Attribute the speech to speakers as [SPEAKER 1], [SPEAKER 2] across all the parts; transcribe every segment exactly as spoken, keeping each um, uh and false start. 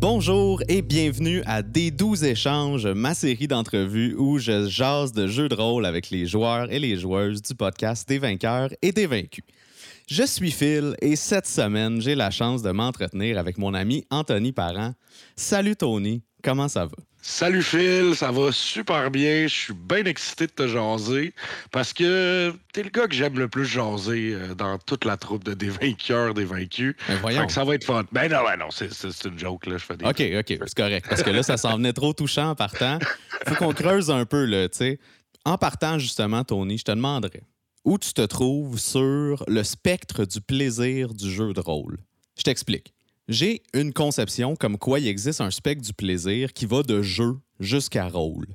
[SPEAKER 1] Bonjour et bienvenue à Des douze échanges, ma série d'entrevues où je jase de jeux de rôle avec les joueurs et les joueuses du podcast Des vainqueurs et des vaincus. Je suis Phil et cette semaine, j'ai la chance de m'entretenir avec mon ami Anthony Parent. Salut Tony, comment ça va?
[SPEAKER 2] Salut Phil, ça va super bien. Je suis bien excité de te jaser parce que t'es le gars que j'aime le plus jaser euh, dans toute la troupe de Des vainqueurs, des vaincus.
[SPEAKER 1] Ben voyons.
[SPEAKER 2] Fait que ça va être fun. Ben non, ben non, c'est, c'est, c'est une joke, là. Je fais des...
[SPEAKER 1] OK, OK, c'est correct. Parce que là, ça s'en venait trop touchant en partant. Faut qu'on creuse un peu, là, tu sais. En partant, justement, Tony, je te demanderais où tu te trouves sur le spectre du plaisir du jeu de rôle. Je t'explique. J'ai une conception comme quoi il existe un spectre du plaisir qui va de jeu jusqu'à rôle.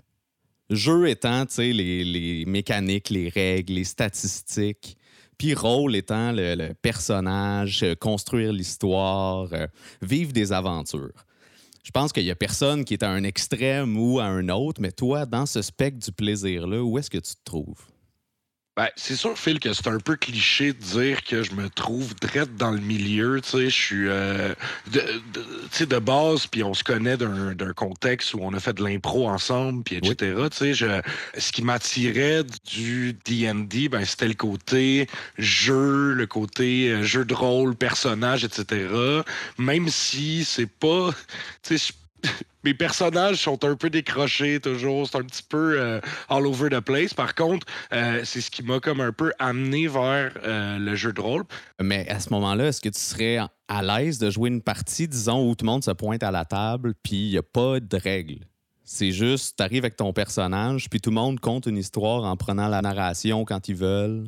[SPEAKER 1] Jeu étant, tu sais, les, les mécaniques, les règles, les statistiques. Puis rôle étant le, le personnage, euh, construire l'histoire, euh, vivre des aventures. Je pense qu'il n'y a personne qui est à un extrême ou à un autre, mais toi, dans ce spectre du plaisir-là, où est-ce que tu te trouves?
[SPEAKER 2] Ben, c'est sûr, Phil, que c'est un peu cliché de dire que je me trouve drette dans le milieu. Tu sais, je suis euh, de, de, tu sais, de base, puis on se connaît d'un, d'un contexte où on a fait de l'impro ensemble, puis et cetera. Oui. Tu sais, je, ce qui m'attirait du D and D, ben, c'était le côté jeu, le côté euh, jeu de rôle, personnage, et cetera. Même si c'est pas, tu sais, mes personnages sont un peu décrochés toujours, c'est un petit peu euh, all over the place. Par contre, euh, c'est ce qui m'a comme un peu amené vers euh, le jeu de rôle.
[SPEAKER 1] Mais à ce moment-là, est-ce que tu serais à l'aise de jouer une partie, disons, où tout le monde se pointe à la table, puis il n'y a pas de règles? C'est juste, tu arrives avec ton personnage, puis tout le monde compte une histoire en prenant la narration quand ils veulent.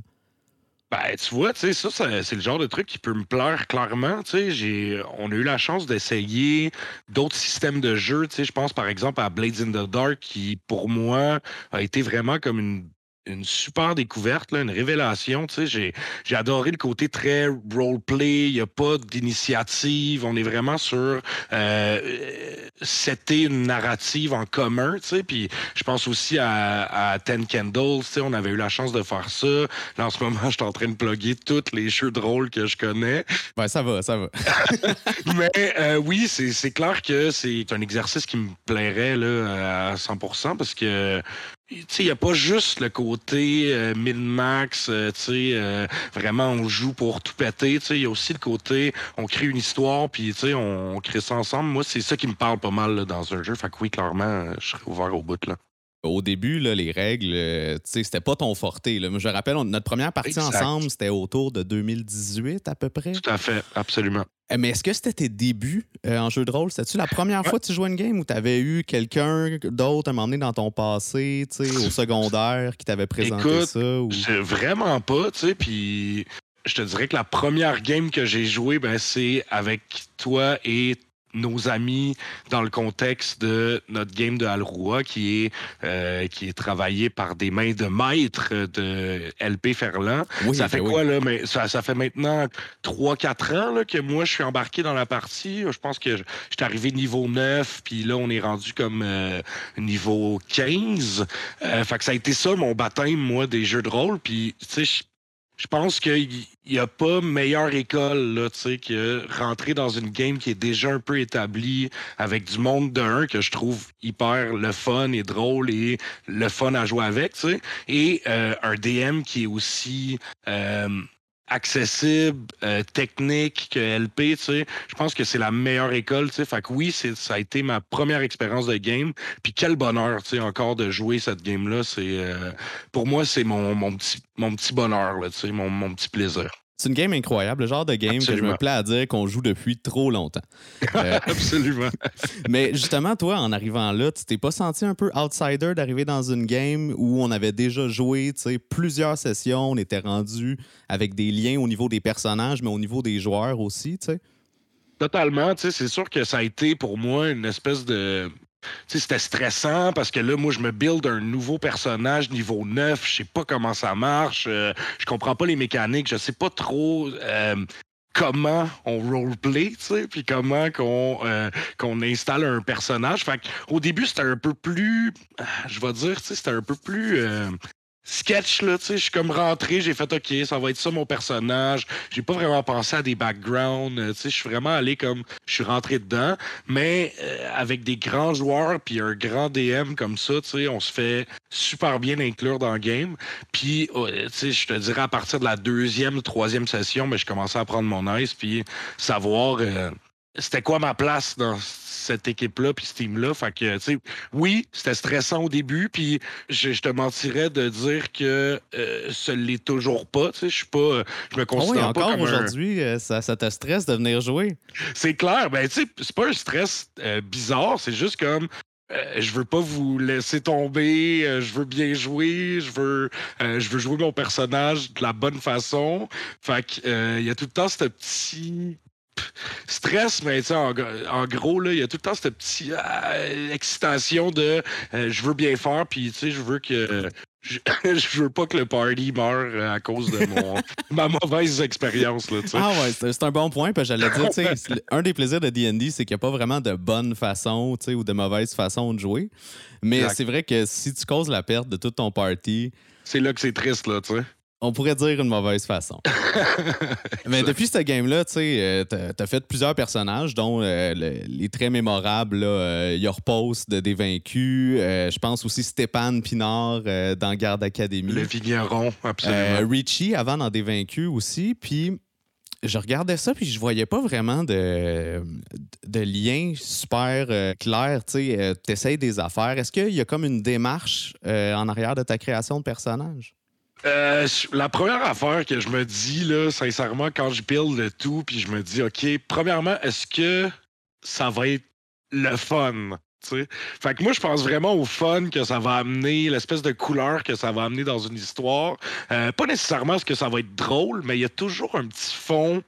[SPEAKER 2] Ben, tu vois, tu sais, ça, ça, c'est le genre de truc qui peut me plaire clairement. Tu sais, j'ai, on a eu la chance d'essayer d'autres systèmes de jeu. Tu sais, je pense par exemple à Blades in the Dark, qui pour moi a été vraiment comme une une super découverte, là, une révélation. Tu sais, j'ai, j'ai adoré le côté très roleplay. Il n'y a pas d'initiative. On est vraiment sur euh, setter une narrative en commun. Tu sais, puis je pense aussi à, à Ten Candles. Tu sais, on avait eu la chance de faire ça. Là, en ce moment, je suis en train de plugger tous les jeux de rôle que je connais.
[SPEAKER 1] Ben, ça va, ça va.
[SPEAKER 2] Mais euh, oui, c'est, c'est clair que c'est un exercice qui me plairait là, à cent pour cent parce que tu sais, il n'y a pas juste le côté euh, min-max, euh, tu sais, euh, vraiment on joue pour tout péter, tu sais, il y a aussi le côté on crée une histoire, puis tu sais, on, on crée ça ensemble. Moi, c'est ça qui me parle pas mal là, dans un jeu, fait que oui, clairement, je serais ouvert au bout, là.
[SPEAKER 1] Au début, là, les règles, euh, tu sais, c'était pas ton forté. Là. Je rappelle, on, notre première partie
[SPEAKER 2] Exact.
[SPEAKER 1] ensemble, c'était autour de deux mille dix-huit à peu près.
[SPEAKER 2] Tout à fait, absolument.
[SPEAKER 1] Mais est-ce que c'était tes débuts euh, en jeu de rôle? C'était-tu la première ouais. fois que tu jouais une game ou tu avais eu quelqu'un d'autre à un moment donné dans ton passé, tu sais, au secondaire, qui t'avait présenté
[SPEAKER 2] Écoute,
[SPEAKER 1] ça? Ou...
[SPEAKER 2] vraiment pas, tu sais, puis je te dirais que la première game que j'ai jouée, ben, c'est avec toi et nos amis dans le contexte de notre game de Alroua qui est euh, qui est travaillé par des mains de maître de L P Ferland. Oui, ça fait quoi oui. là mais ça, ça fait maintenant trois quatre ans là, que moi je suis embarqué dans la partie. Je pense que j'étais arrivé niveau neuf puis là on est rendu comme euh, niveau quinze. Euh, fait que ça a été ça mon baptême moi des jeux de rôle puis tu sais je pense qu'il n'y a pas meilleure école là, que rentrer dans une game qui est déjà un peu établie avec du monde de un que je trouve hyper le fun et drôle et le fun à jouer avec. T'sais. Et euh, un D M qui est aussi euh, accessible, euh, technique que L P. T'sais. Je pense que c'est la meilleure école. T'sais. Fait que oui, c'est, ça a été ma première expérience de game. Puis quel bonheur encore de jouer cette game-là. C'est, euh, pour moi, c'est mon, mon, petit, mon petit bonheur, là, mon, mon petit plaisir.
[SPEAKER 1] C'est une game incroyable, le genre de game Absolument. Que je me plais à dire qu'on joue depuis trop longtemps.
[SPEAKER 2] Euh, Absolument.
[SPEAKER 1] Mais justement, toi, en arrivant là, tu t'es pas senti un peu outsider d'arriver dans une game où on avait déjà joué plusieurs sessions, on était rendu avec des liens au niveau des personnages, mais au niveau des joueurs aussi, tu sais?
[SPEAKER 2] Totalement. C'est sûr que ça a été pour moi une espèce de... Tu sais, c'était stressant parce que là, moi, je me build un nouveau personnage niveau neuf. Je sais pas comment ça marche. Euh, je comprends pas les mécaniques. Je sais pas trop euh, comment on roleplay, tu sais, puis comment qu'on, euh, qu'on installe un personnage. Fait qu'au début, c'était un peu plus... Je vais dire, tu sais, c'était un peu plus... Euh, sketch, là, tu sais, je suis comme rentré, j'ai fait, OK, ça va être ça mon personnage. J'ai pas vraiment pensé à des backgrounds, euh, tu sais, je suis vraiment allé comme, je suis rentré dedans, mais euh, avec des grands joueurs puis un grand D M comme ça, tu sais, on se fait super bien inclure dans le game. Puis, euh, tu sais, je te dirais à partir de la deuxième, troisième session, mais je commençais à prendre mon ice puis savoir... euh, c'était quoi ma place dans cette équipe-là puis ce team-là. Fait que, tu sais, oui, c'était stressant au début, puis je, je te mentirais de dire que euh, ce l'est toujours pas. Tu sais, je suis pas, je me
[SPEAKER 1] Oh
[SPEAKER 2] considère
[SPEAKER 1] oui,
[SPEAKER 2] pas
[SPEAKER 1] encore
[SPEAKER 2] comme un...
[SPEAKER 1] aujourd'hui, euh, ça, ça te stresse de venir jouer?
[SPEAKER 2] C'est clair, ben, tu sais, c'est pas un stress euh, bizarre, c'est juste comme... euh, je veux pas vous laisser tomber, euh, je veux bien jouer, je veux, euh, je veux jouer mon personnage de la bonne façon. Fait que, euh, il y a tout le temps ce petit stress, mais tu sais, en, en gros, là, il y a tout le temps cette petite euh, excitation de euh, je veux bien faire, puis tu sais, je veux que. Je, je veux pas que le party meure euh, à cause de mon ma mauvaise expérience, là, tu sais.
[SPEAKER 1] Ah ouais, c'est c'est un bon point, parce que j'allais dire, tu sais, c'est le- un des plaisirs de D and D, c'est qu'il n'y a pas vraiment de bonne façon, tu sais, ou de mauvaise façon de jouer. Mais
[SPEAKER 2] Exact.
[SPEAKER 1] c'est vrai que si tu causes la perte de tout ton party,
[SPEAKER 2] C'est là que c'est triste, là, tu sais.
[SPEAKER 1] on pourrait dire une mauvaise façon. Mais depuis ce game-là, tu sais, euh, t'as, t'as fait plusieurs personnages, dont euh, le- les très mémorables, là, euh, Yorpos de Des Vaincus, euh, je pense aussi Stéphane Pinard euh, dans Garde Academy.
[SPEAKER 2] Le vigneron, absolument.
[SPEAKER 1] Euh, Richie avant dans Des Vaincus aussi. Puis je regardais ça, puis je voyais pas vraiment de, de lien super euh, clair. Tu sais, euh, t'essayes des affaires. Est-ce qu'il y a comme une démarche euh, en arrière de ta création de personnage?
[SPEAKER 2] Euh, la première affaire que je me dis, là, sincèrement, quand je build le tout, puis je me dis, OK, premièrement, est-ce que ça va être le fun? T'sais? Fait que moi, je pense vraiment au fun que ça va amener, l'espèce de couleur que ça va amener dans une histoire. Euh, pas nécessairement ce que ça va être drôle, mais il y a toujours un petit fond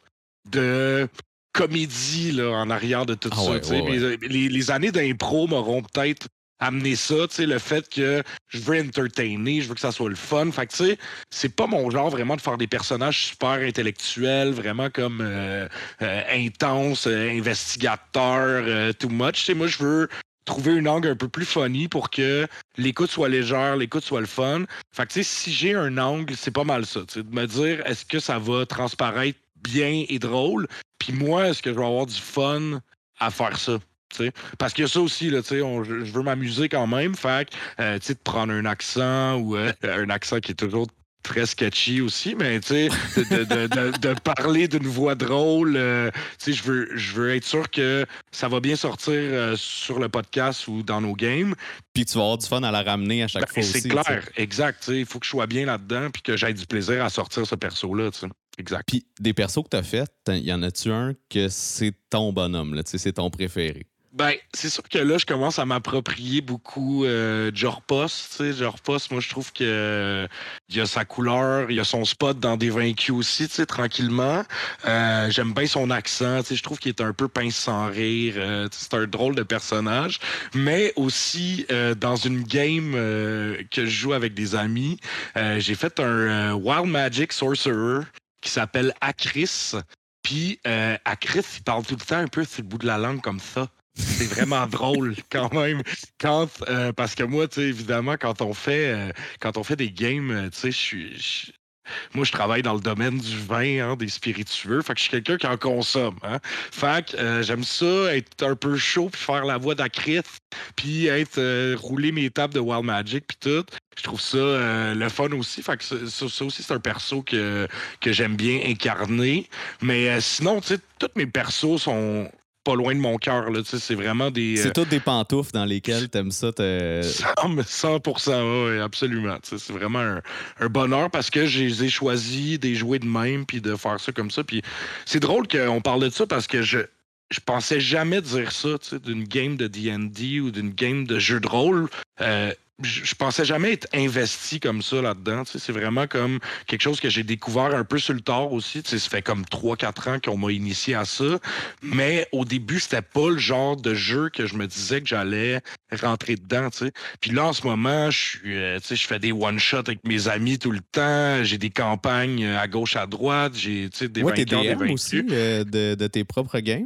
[SPEAKER 2] de comédie là, en arrière de tout
[SPEAKER 1] Ah
[SPEAKER 2] ça.
[SPEAKER 1] ouais,
[SPEAKER 2] t'sais.
[SPEAKER 1] ouais, ouais.
[SPEAKER 2] Les, les- les années d'impro m'auront peut-être amené ça, tu sais, le fait que je veux entertainer, je veux que ça soit le fun. Fait que, tu sais, c'est pas mon genre vraiment de faire des personnages super intellectuels, vraiment comme euh, euh, intenses, euh, investigateurs, euh, too much. Tu sais, moi, je veux trouver une angle un peu plus funny pour que l'écoute soit légère, l'écoute soit le fun. Fait que, tu sais, si j'ai un angle, c'est pas mal ça, tu sais, de me dire, est-ce que ça va transparaître bien et drôle? Puis moi, est-ce que je vais avoir du fun à faire ça? T'sais. Parce qu'il y a ça aussi, là, on, je, je veux m'amuser quand même. Fait que, euh, de prendre un accent ou euh, un accent qui est toujours très sketchy aussi, mais de, de, de, de, de parler d'une voix drôle, euh, je veux, je veux être sûr que ça va bien sortir euh, sur le podcast ou dans nos games.
[SPEAKER 1] Puis tu vas avoir du fun à la ramener à chaque
[SPEAKER 2] Ben,
[SPEAKER 1] fois
[SPEAKER 2] c'est
[SPEAKER 1] aussi.
[SPEAKER 2] clair,
[SPEAKER 1] t'sais.
[SPEAKER 2] exact. Il faut que je sois bien là-dedans puis que j'aie du plaisir à sortir ce perso-là. T'sais. Exact.
[SPEAKER 1] Puis des persos que tu as fait, y en a-tu un que c'est ton bonhomme, là, c'est ton préféré?
[SPEAKER 2] Ben, c'est sûr que là, je commence à m'approprier beaucoup euh, Jorpos. Tu sais, Jorpos, moi, je trouve que euh, il a sa couleur, il a son spot dans Des Vaincus aussi, tu sais, tranquillement. Euh, j'aime bien son accent, tu sais, je trouve qu'il est un peu pince sans rire. Euh, c'est un drôle de personnage. Mais aussi, euh, dans une game euh, que je joue avec des amis, euh, j'ai fait un euh, Wild Magic Sorcerer qui s'appelle Akris. Puis, euh, Akris, il parle tout le temps un peu sur le bout de la langue comme ça. C'est vraiment drôle quand même. Quand, euh, parce que moi, tu sais, évidemment, quand on fait, euh, quand on fait des games, euh, tu sais, je suis. je- Moi, je travaille dans le domaine du vin, hein, des spiritueux. Fait que je suis quelqu'un qui en consomme. Hein. Fait que euh, j'aime ça, être un peu chaud, puis faire la voix d'Akrit, puis être euh, rouler mes tables de Wild Magic, puis tout. Je trouve ça euh, le fun aussi. Fait que ça, ça- ça aussi, c'est un perso que, que j'aime bien incarner. Mais euh, sinon, tu sais, tous mes persos sont pas loin de mon cœur. Là, tu sais, c'est vraiment des. euh,
[SPEAKER 1] C'est toutes des pantoufles dans lesquelles t'aimes ça. Te...
[SPEAKER 2] cent cent pour cent, oui, absolument. Tu sais, c'est vraiment un, un bonheur parce que je les ai choisis de les jouer de même puis de faire ça comme ça. Puis c'est drôle qu'on parle de ça parce que je je pensais jamais dire ça, tu sais, d'une game de D and D ou d'une game de jeu de rôle. Euh, je je pensais jamais être investi comme ça là-dedans. Tu sais, c'est vraiment comme quelque chose que j'ai découvert un peu sur le tard aussi. Tu sais, ça fait comme trois quatre ans qu'on m'a initié à ça. Mais au début, c'était pas le genre de jeu que je me disais que j'allais rentrer dedans. Tu sais. Puis là, en ce moment, je suis, euh, tu sais, je fais des one-shots avec mes amis tout le temps. J'ai des campagnes à gauche, à droite. J'ai tu sais, des
[SPEAKER 1] Ouais, t'es
[SPEAKER 2] vainqueurs, des
[SPEAKER 1] D M
[SPEAKER 2] vaincus.
[SPEAKER 1] aussi euh, de, de tes propres games?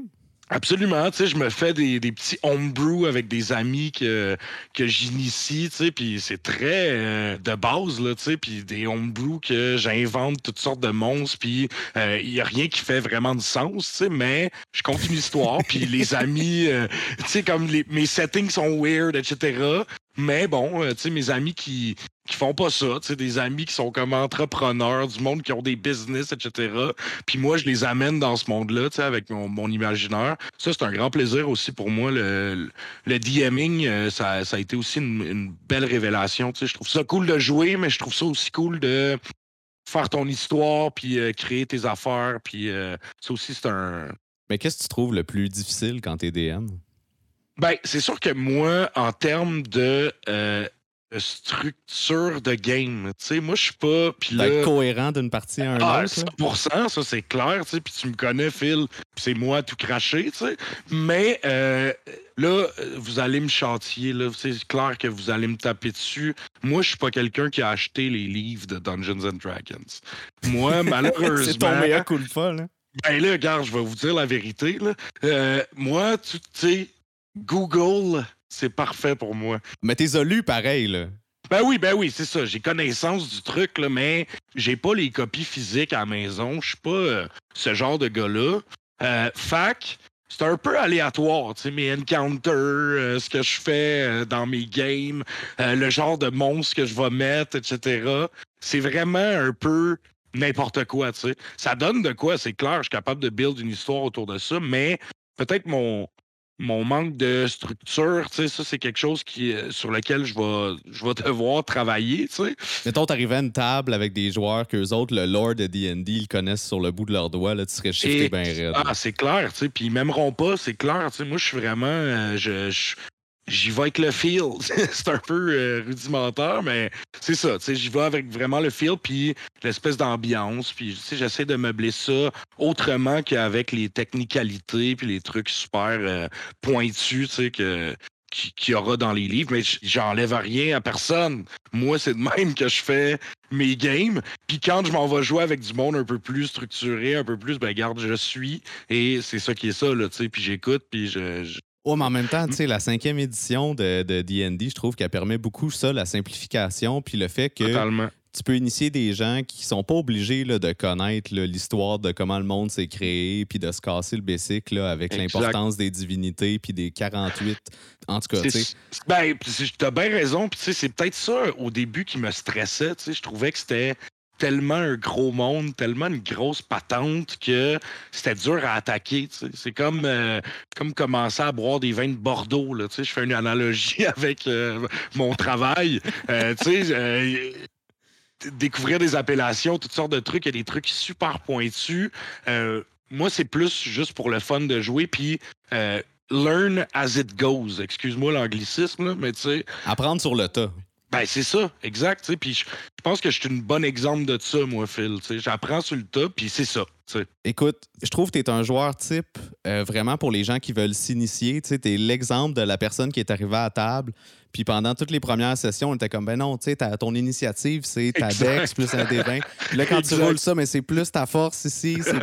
[SPEAKER 2] Absolument, tu sais, je me fais des, des petits homebrew avec des amis que, que j'initie, tu sais, puis c'est très euh, de base, là, tu sais, puis des homebrew que j'invente toutes sortes de monstres, puis euh, il y a rien qui fait vraiment de sens, tu sais, mais je compte une histoire, puis les amis, euh, tu sais, comme les, mes settings sont weird, et cetera. Mais bon, euh, tu sais, mes amis qui, qui font pas ça, tu sais, des amis qui sont comme entrepreneurs, du monde qui ont des business, et cetera. Puis moi, je les amène dans ce monde-là, tu sais, avec mon, mon imaginaire. Ça, c'est un grand plaisir aussi pour moi. Le, le DMing, euh, ça, ça a été aussi une, une belle révélation. Tu sais, je trouve ça cool de jouer, mais je trouve ça aussi cool de faire ton histoire, puis euh, créer tes affaires. Puis euh, ça aussi, c'est un...
[SPEAKER 1] Mais qu'est-ce que tu trouves le plus difficile quand t'es D M?
[SPEAKER 2] Ben, c'est sûr que moi, en termes de... euh, de structure de game. Tu sais, moi, je suis pas... Puis là,
[SPEAKER 1] D'être cohérent d'une partie à une
[SPEAKER 2] ah,
[SPEAKER 1] autre?
[SPEAKER 2] cent
[SPEAKER 1] Là?
[SPEAKER 2] pour cent, ça c'est clair, tu sais, puis tu me connais, Phil, puis c'est moi tout craché, tu sais. Mais euh, là, vous allez me châtier, là, c'est clair que vous allez me taper dessus. Moi, je suis pas quelqu'un qui a acheté les livres de Dungeons and Dragons. Moi, malheureusement...
[SPEAKER 1] C'est ton meilleur coup de pas, là.
[SPEAKER 2] Ben là, regarde, je vais vous dire la vérité, là. Euh, moi, tu sais, Google, c'est parfait pour moi.
[SPEAKER 1] Mais t'es lu pareil, là.
[SPEAKER 2] Ben oui, ben oui, c'est ça. J'ai connaissance du truc, là, mais j'ai pas les copies physiques à la maison. Je suis pas euh, ce genre de gars-là. Euh, fac, c'est un peu aléatoire, tu sais, mes encounters, euh, ce que je fais euh, dans mes games, euh, le genre de monstre que je vais mettre, et cetera. C'est vraiment un peu n'importe quoi, tu sais. Ça donne de quoi, c'est clair, je suis capable de build une histoire autour de ça, mais peut-être mon mon manque de structure, tu sais, ça, c'est quelque chose qui, euh, sur lequel je vais, je vais devoir travailler, tu sais.
[SPEAKER 1] Mettons, t'arrivais à une table avec des joueurs qu'eux autres, le lore de D and D, ils connaissent sur le bout de leurs doigts, là, tu serais shifté
[SPEAKER 2] Et,
[SPEAKER 1] bien raide.
[SPEAKER 2] ah, c'est clair, tu sais, puis ils m'aimeront pas, c'est clair, tu sais. Moi, je suis vraiment, euh, je, je- j'y vais avec le feel. C'est un peu euh, rudimentaire, mais c'est ça, tu sais, j'y vais avec vraiment le feel, puis l'espèce d'ambiance, puis, tu sais, j'essaie de meubler ça autrement qu'avec les technicalités, puis les trucs super euh, pointus, tu sais, que qui- qu'il y aura dans les livres, mais j- j'enlève rien à personne. Moi, c'est de même que je fais mes games. Puis quand je m'en vais jouer avec du monde un peu plus structuré, un peu plus, ben garde, je suis. Et c'est ça qui est ça, là, tu sais. Puis j'écoute, puis je... je-
[SPEAKER 1] Oh, mais en même temps, tu sais, la cinquième édition de, de D and D, je trouve qu'elle permet beaucoup ça, la simplification, puis le fait que
[SPEAKER 2] Totalement.
[SPEAKER 1] tu peux initier des gens qui sont pas obligés là, de connaître là, l'histoire de comment le monde s'est créé, puis de se casser le bessic là, avec
[SPEAKER 2] Exact.
[SPEAKER 1] l'importance des divinités, puis des quarante-huit. En tout cas, tu sais.
[SPEAKER 2] C'est- Ben, c'est- t'as bien raison. Puis tu sais, c'est peut-être ça au début qui me stressait. Tu sais, je trouvais que c'était tellement un gros monde, tellement une grosse patente que c'était dur à attaquer. Tu sais. C'est comme, euh, comme commencer à boire des vins de Bordeaux. Là, tu sais. Je fais une analogie avec euh, mon travail. Euh, tu sais, euh, découvrir des appellations, toutes sortes de trucs. Il y a des trucs super pointus. Euh, moi, c'est plus juste pour le fun de jouer. Puis euh, learn as it goes. Excuse-moi l'anglicisme, là, mais tu sais,
[SPEAKER 1] Apprendre sur le tas.
[SPEAKER 2] ben c'est ça, exact. tu sais. Puis je je pense que je suis un bon exemple de ça, moi, Phil. tu sais. J'apprends sur le tas, puis c'est ça. tu sais.
[SPEAKER 1] Écoute, je trouve que tu es un joueur type euh, vraiment pour les gens qui veulent s'initier. Tu es l'exemple de la personne qui est arrivée à table. Puis pendant toutes les premières sessions, on était comme, ben non, tu sais, ton initiative, c'est ta
[SPEAKER 2] Exact.
[SPEAKER 1] dex plus un des vingt. Puis là, quand tu
[SPEAKER 2] Exact.
[SPEAKER 1] roules ça, mais c'est plus ta force ici. c'est- Tu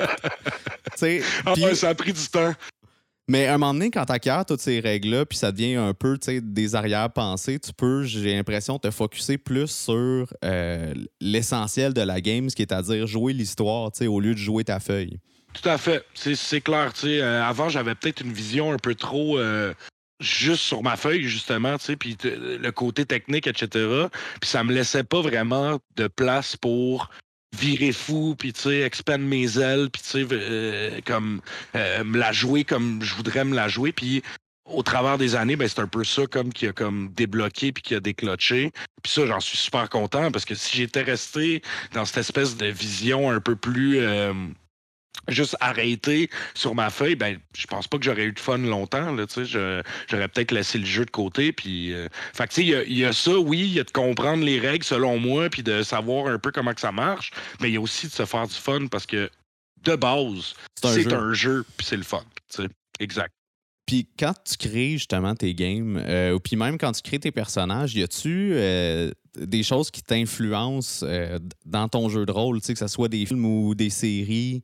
[SPEAKER 1] sais,
[SPEAKER 2] Ah
[SPEAKER 1] puis-
[SPEAKER 2] ouais, ça a pris du temps.
[SPEAKER 1] mais à un moment donné, quand tu acquiers toutes ces règles-là, puis ça devient un peu tu sais, des arrière-pensées, tu peux, j'ai l'impression, te focusser plus sur euh, l'essentiel de la game, ce qui est à dire jouer l'histoire tu sais, au lieu de jouer ta feuille.
[SPEAKER 2] Tout à fait. C'est, c'est clair. tu sais. Euh, avant, j'avais peut-être une vision un peu trop euh, juste sur ma feuille, justement, tu sais, puis t- le côté technique, et cetera. Puis ça me laissait pas vraiment de place pour virer fou, puis tu sais, expand mes ailes, puis tu sais, euh, comme euh, me la jouer comme je voudrais me la jouer. Puis au travers des années, ben, c'est un peu ça comme qui a comme débloqué puis qui a déclenché. Puis ça, j'en suis super content parce que si j'étais resté dans cette espèce de vision un peu plus euh, juste arrêté sur ma feuille, ben je pense pas que j'aurais eu de fun longtemps. Là, tu sais, je- j'aurais peut-être laissé le jeu de côté. Puis, euh, fait que, tu sais, il y a- il y, a ça, oui, il y a de comprendre les règles selon moi, puis de savoir un peu comment que ça marche, mais il y a aussi de se faire du fun parce que de base,
[SPEAKER 1] C'est un
[SPEAKER 2] c'est
[SPEAKER 1] jeu.
[SPEAKER 2] un jeu, puis c'est le fun. tu sais. Exact.
[SPEAKER 1] Puis quand tu crées justement tes games, euh, ou puis même quand tu crées tes personnages, y a-tu euh, des choses qui t'influencent euh, dans ton jeu de rôle, tu sais, que ce soit des films ou des séries?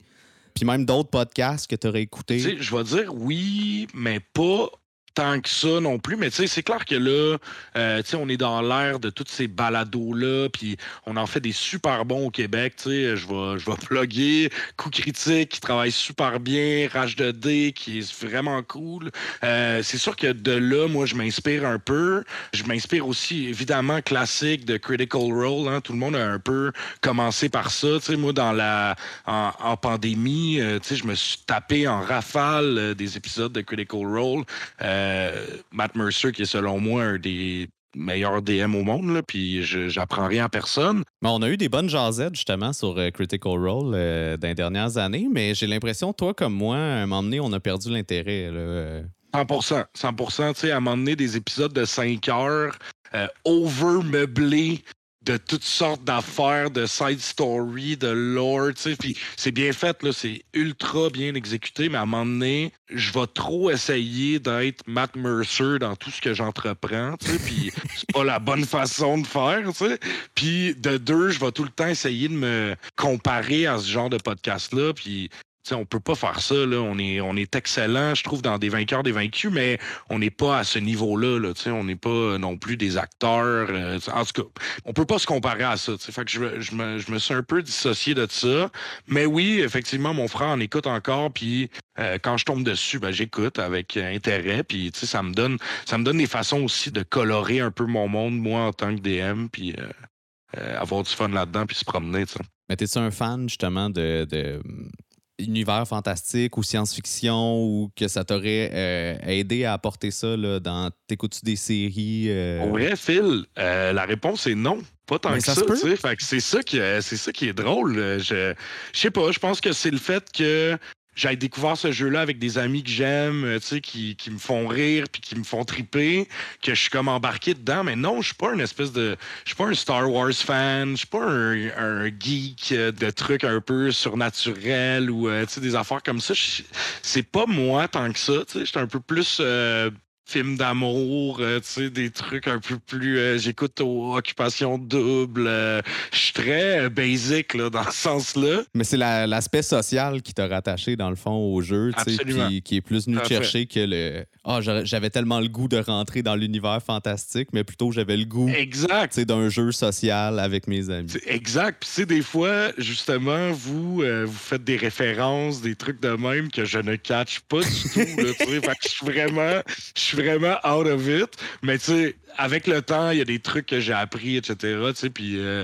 [SPEAKER 1] Puis même d'autres podcasts que tu aurais écoutés.
[SPEAKER 2] Tu sais, je vais dire oui, mais pas tant que ça non plus. Mais tu sais, c'est clair que là, euh, tu sais, on est dans l'ère de toutes ces balados-là, puis on en fait des super bons au Québec. Tu sais, je vais, je vais plugger Coup Critique, qui travaille super bien, Rage deux D, qui est vraiment cool. Euh, c'est sûr que de là, moi, je m'inspire un peu. Je m'inspire aussi, évidemment, classique de Critical Role. Hein. Tout le monde a un peu commencé par ça. Tu sais, moi, dans la, en, en pandémie, euh, tu sais, je me suis tapé en rafale euh, des épisodes de Critical Role. Euh, Matt Mercer, qui est selon moi un des meilleurs D M au monde, là, puis je, j'apprends rien à personne.
[SPEAKER 1] Mais on a eu des bonnes jasettes, justement, sur euh, Critical Role euh, dans les dernières années, mais j'ai l'impression, toi comme moi, à un moment donné, on a perdu l'intérêt. Là.
[SPEAKER 2] cent pour cent. cent pour cent, tu sais, à un moment donné, des épisodes de cinq heures, euh, over-meublés, de toutes sortes d'affaires, de side story, de lore, tu sais, puis c'est bien fait, là, c'est ultra bien exécuté, mais à un moment donné, je vais trop essayer d'être Matt Mercer dans tout ce que j'entreprends, tu sais, puis c'est pas la bonne façon de faire, tu sais, puis de deux, je vais tout le temps essayer de me comparer à ce genre de podcast-là, puis T'sais, on peut pas faire ça. Là. On est, on est excellent, je trouve, dans des vainqueurs, des vaincus, mais on n'est pas à ce niveau-là. Là, on n'est pas non plus des acteurs. Euh, en tout cas, on peut pas se comparer à ça. Fait que je, je, me, je me suis un peu dissocié de ça. Mais oui, effectivement, mon frère en écoute encore. Puis euh, quand je tombe dessus, ben, j'écoute avec intérêt. Puis ça me donne ça me donne des façons aussi de colorer un peu mon monde, moi, en tant que D M. Puis euh, euh, avoir du fun là-dedans, puis se promener. T'sais.
[SPEAKER 1] Mais t'es-tu un fan, justement, de... de... univers fantastique ou science-fiction ou que ça t'aurait euh, aidé à apporter ça là, dans t'écoutes-tu des séries? Euh...
[SPEAKER 2] Au vrai, Phil, euh, la réponse est non. Pas tant
[SPEAKER 1] Mais
[SPEAKER 2] que
[SPEAKER 1] ça
[SPEAKER 2] ça,
[SPEAKER 1] se peut.
[SPEAKER 2] tu sais. Fait que c'est ça qui est, c'est ça qui est drôle. Je, je sais pas, je pense que c'est le fait que j'ai découvert ce jeu-là avec des amis que j'aime, tu sais, qui, qui me font rire puis qui me font triper, que je suis comme embarqué dedans. Mais non, je suis pas une espèce de... Je suis pas un Star Wars fan, je suis pas un, un geek de trucs un peu surnaturels ou, tu sais, des affaires comme ça. Je, c'est pas moi tant que ça, tu sais. J'étais un peu plus... Euh, film d'amour, euh, tu sais, des trucs un peu plus... Euh, j'écoute aux Occupation Double. Euh, je suis très euh, basic, là, dans ce sens-là.
[SPEAKER 1] Mais c'est la, l'aspect social qui t'a rattaché, dans le fond, au jeu, tu sais, puis qui est plus venu te chercher que le... Ah, oh, j'avais tellement le goût de rentrer dans l'univers fantastique, mais plutôt j'avais le goût
[SPEAKER 2] exact.
[SPEAKER 1] Tu sais, d'un jeu social avec mes amis.
[SPEAKER 2] C'est exact. Puis, tu sais, des fois, justement, vous, euh, vous faites des références, des trucs de même que je ne catch pas du tout, là, tu sais. Fait que je suis vraiment... Je suis vraiment out of it. Mais tu sais, avec le temps, il y a des trucs que j'ai appris, et cetera. Tu sais, puis euh,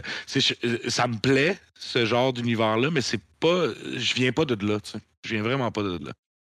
[SPEAKER 2] ça me plaît, ce genre d'univers-là, mais c'est pas... Je viens pas de là, tu sais. Je viens vraiment pas de là.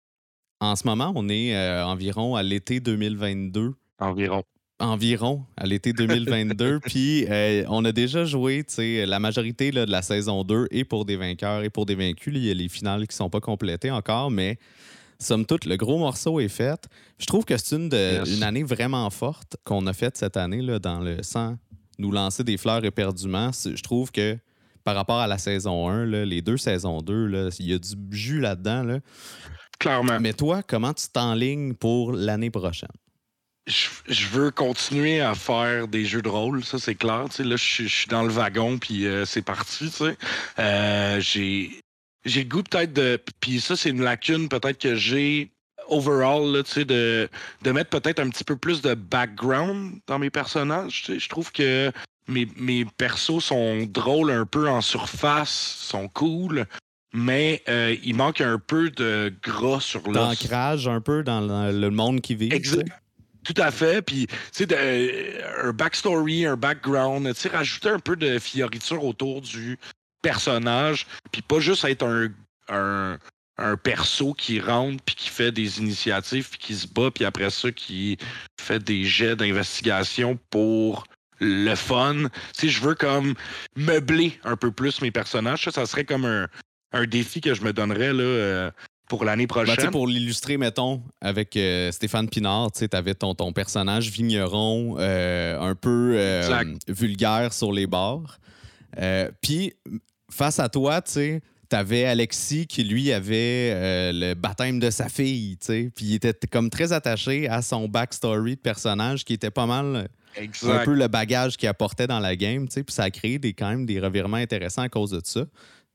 [SPEAKER 1] En ce moment, on est euh, environ à l'été deux mille vingt-deux.
[SPEAKER 2] Environ.
[SPEAKER 1] Environ à l'été deux mille vingt-deux. Puis euh, on a déjà joué, tu sais, la majorité là, de la saison deux et pour des vainqueurs et pour des vaincus. Il y a les finales qui sont pas complétées encore, mais somme toute, le gros morceau est fait. Je trouve que c'est une, de, yes. une année vraiment forte qu'on a faite cette année là, dans le sans nous lancer des fleurs éperdument. Je trouve que par rapport à la saison un, là, les deux saisons deux, là, il y a du jus là-dedans. Là.
[SPEAKER 2] Clairement.
[SPEAKER 1] Mais toi, comment tu t'enlignes pour l'année prochaine?
[SPEAKER 2] Je, je veux continuer à faire des jeux de rôle, ça c'est clair. Tu sais, là, je, je suis dans le wagon, puis euh, c'est parti. Tu sais. euh, j'ai, j'ai le goût peut-être de... Puis ça, c'est une lacune peut-être que j'ai overall, là, tu sais, de, de mettre peut-être un petit peu plus de background dans mes personnages. Tu sais. Je trouve que mes, mes persos sont drôles un peu en surface, sont cool, mais euh, il manque un peu de gras sur l'os.
[SPEAKER 1] D'ancrage un peu dans le, le monde qui vit.
[SPEAKER 2] Exact. Tout à fait. Puis, tu sais, euh, un backstory, un background, tu sais, rajouter un peu de fioriture autour du personnage, puis pas juste être un, un, un perso qui rentre, puis qui fait des initiatives, puis qui se bat, puis après ça, qui fait des jets d'investigation pour le fun. Tu sais, je veux comme meubler un peu plus mes personnages. Ça, ça serait comme un, un défi que je me donnerais, là... Euh, pour l'année prochaine.
[SPEAKER 1] Ben, pour l'illustrer, mettons, avec euh, Stéphane Pinard, tu avais ton, ton personnage vigneron euh, un peu euh, vulgaire sur les bords. Euh, Puis, face à toi, tu avais Alexis qui, lui, avait euh, le baptême de sa fille. Puis, il était comme très attaché à son backstory de personnage qui était pas mal... Exact. Un peu le bagage qu'il apportait dans la game. Puis, ça a créé des, quand même des revirements intéressants à cause de ça.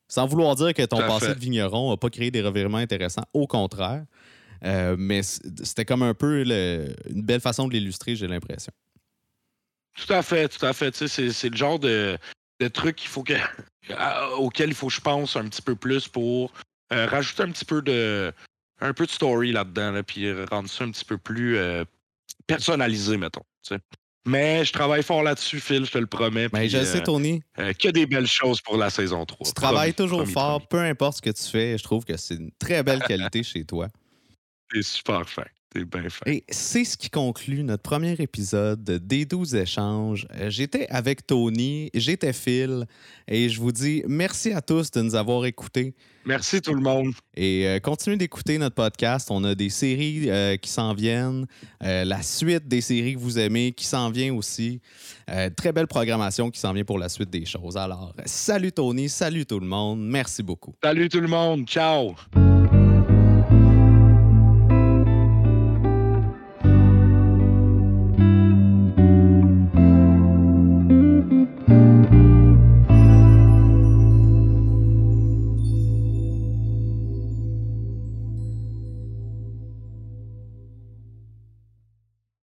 [SPEAKER 1] Sans vouloir dire que ton
[SPEAKER 2] Tout à
[SPEAKER 1] passé
[SPEAKER 2] fait.
[SPEAKER 1] de vigneron n'a pas créé des revirements intéressants, au contraire. Euh, mais c- c'était comme un peu le- une belle façon de l'illustrer, j'ai l'impression.
[SPEAKER 2] Tout à fait, tout à fait. Tu sais, c'est, c'est le genre de, de truc qu'il faut que, à- auquel il faut que je pense un petit peu plus pour euh, rajouter un petit peu de un peu de story là-dedans, là, puis rendre ça un petit peu plus euh, personnalisé, mettons. Tu sais. Mais je travaille fort là-dessus, Phil, je te le promets.
[SPEAKER 1] Mais
[SPEAKER 2] Puis
[SPEAKER 1] je le sais,
[SPEAKER 2] euh,
[SPEAKER 1] Tony,
[SPEAKER 2] euh, que des belles choses pour la saison trois.
[SPEAKER 1] tu travailles
[SPEAKER 2] Promis,
[SPEAKER 1] toujours
[SPEAKER 2] promis,
[SPEAKER 1] fort,
[SPEAKER 2] promis.
[SPEAKER 1] peu importe ce que tu fais. Je trouve que c'est une très belle qualité chez toi.
[SPEAKER 2] T'es super fin. T'es bien fin.
[SPEAKER 1] Et c'est ce qui conclut notre premier épisode des douze échanges. Euh, J'étais avec Tony, j'étais Phil, et je vous dis merci à tous de nous avoir écoutés.
[SPEAKER 2] Merci tout le monde.
[SPEAKER 1] Et euh, continuez d'écouter notre podcast. On a des séries euh, qui s'en viennent, euh, la suite des séries que vous aimez qui s'en vient aussi. Euh, très belle programmation qui s'en vient pour la suite des choses. Alors, salut Tony, salut tout le monde. Merci beaucoup.
[SPEAKER 2] Salut tout le monde. Ciao.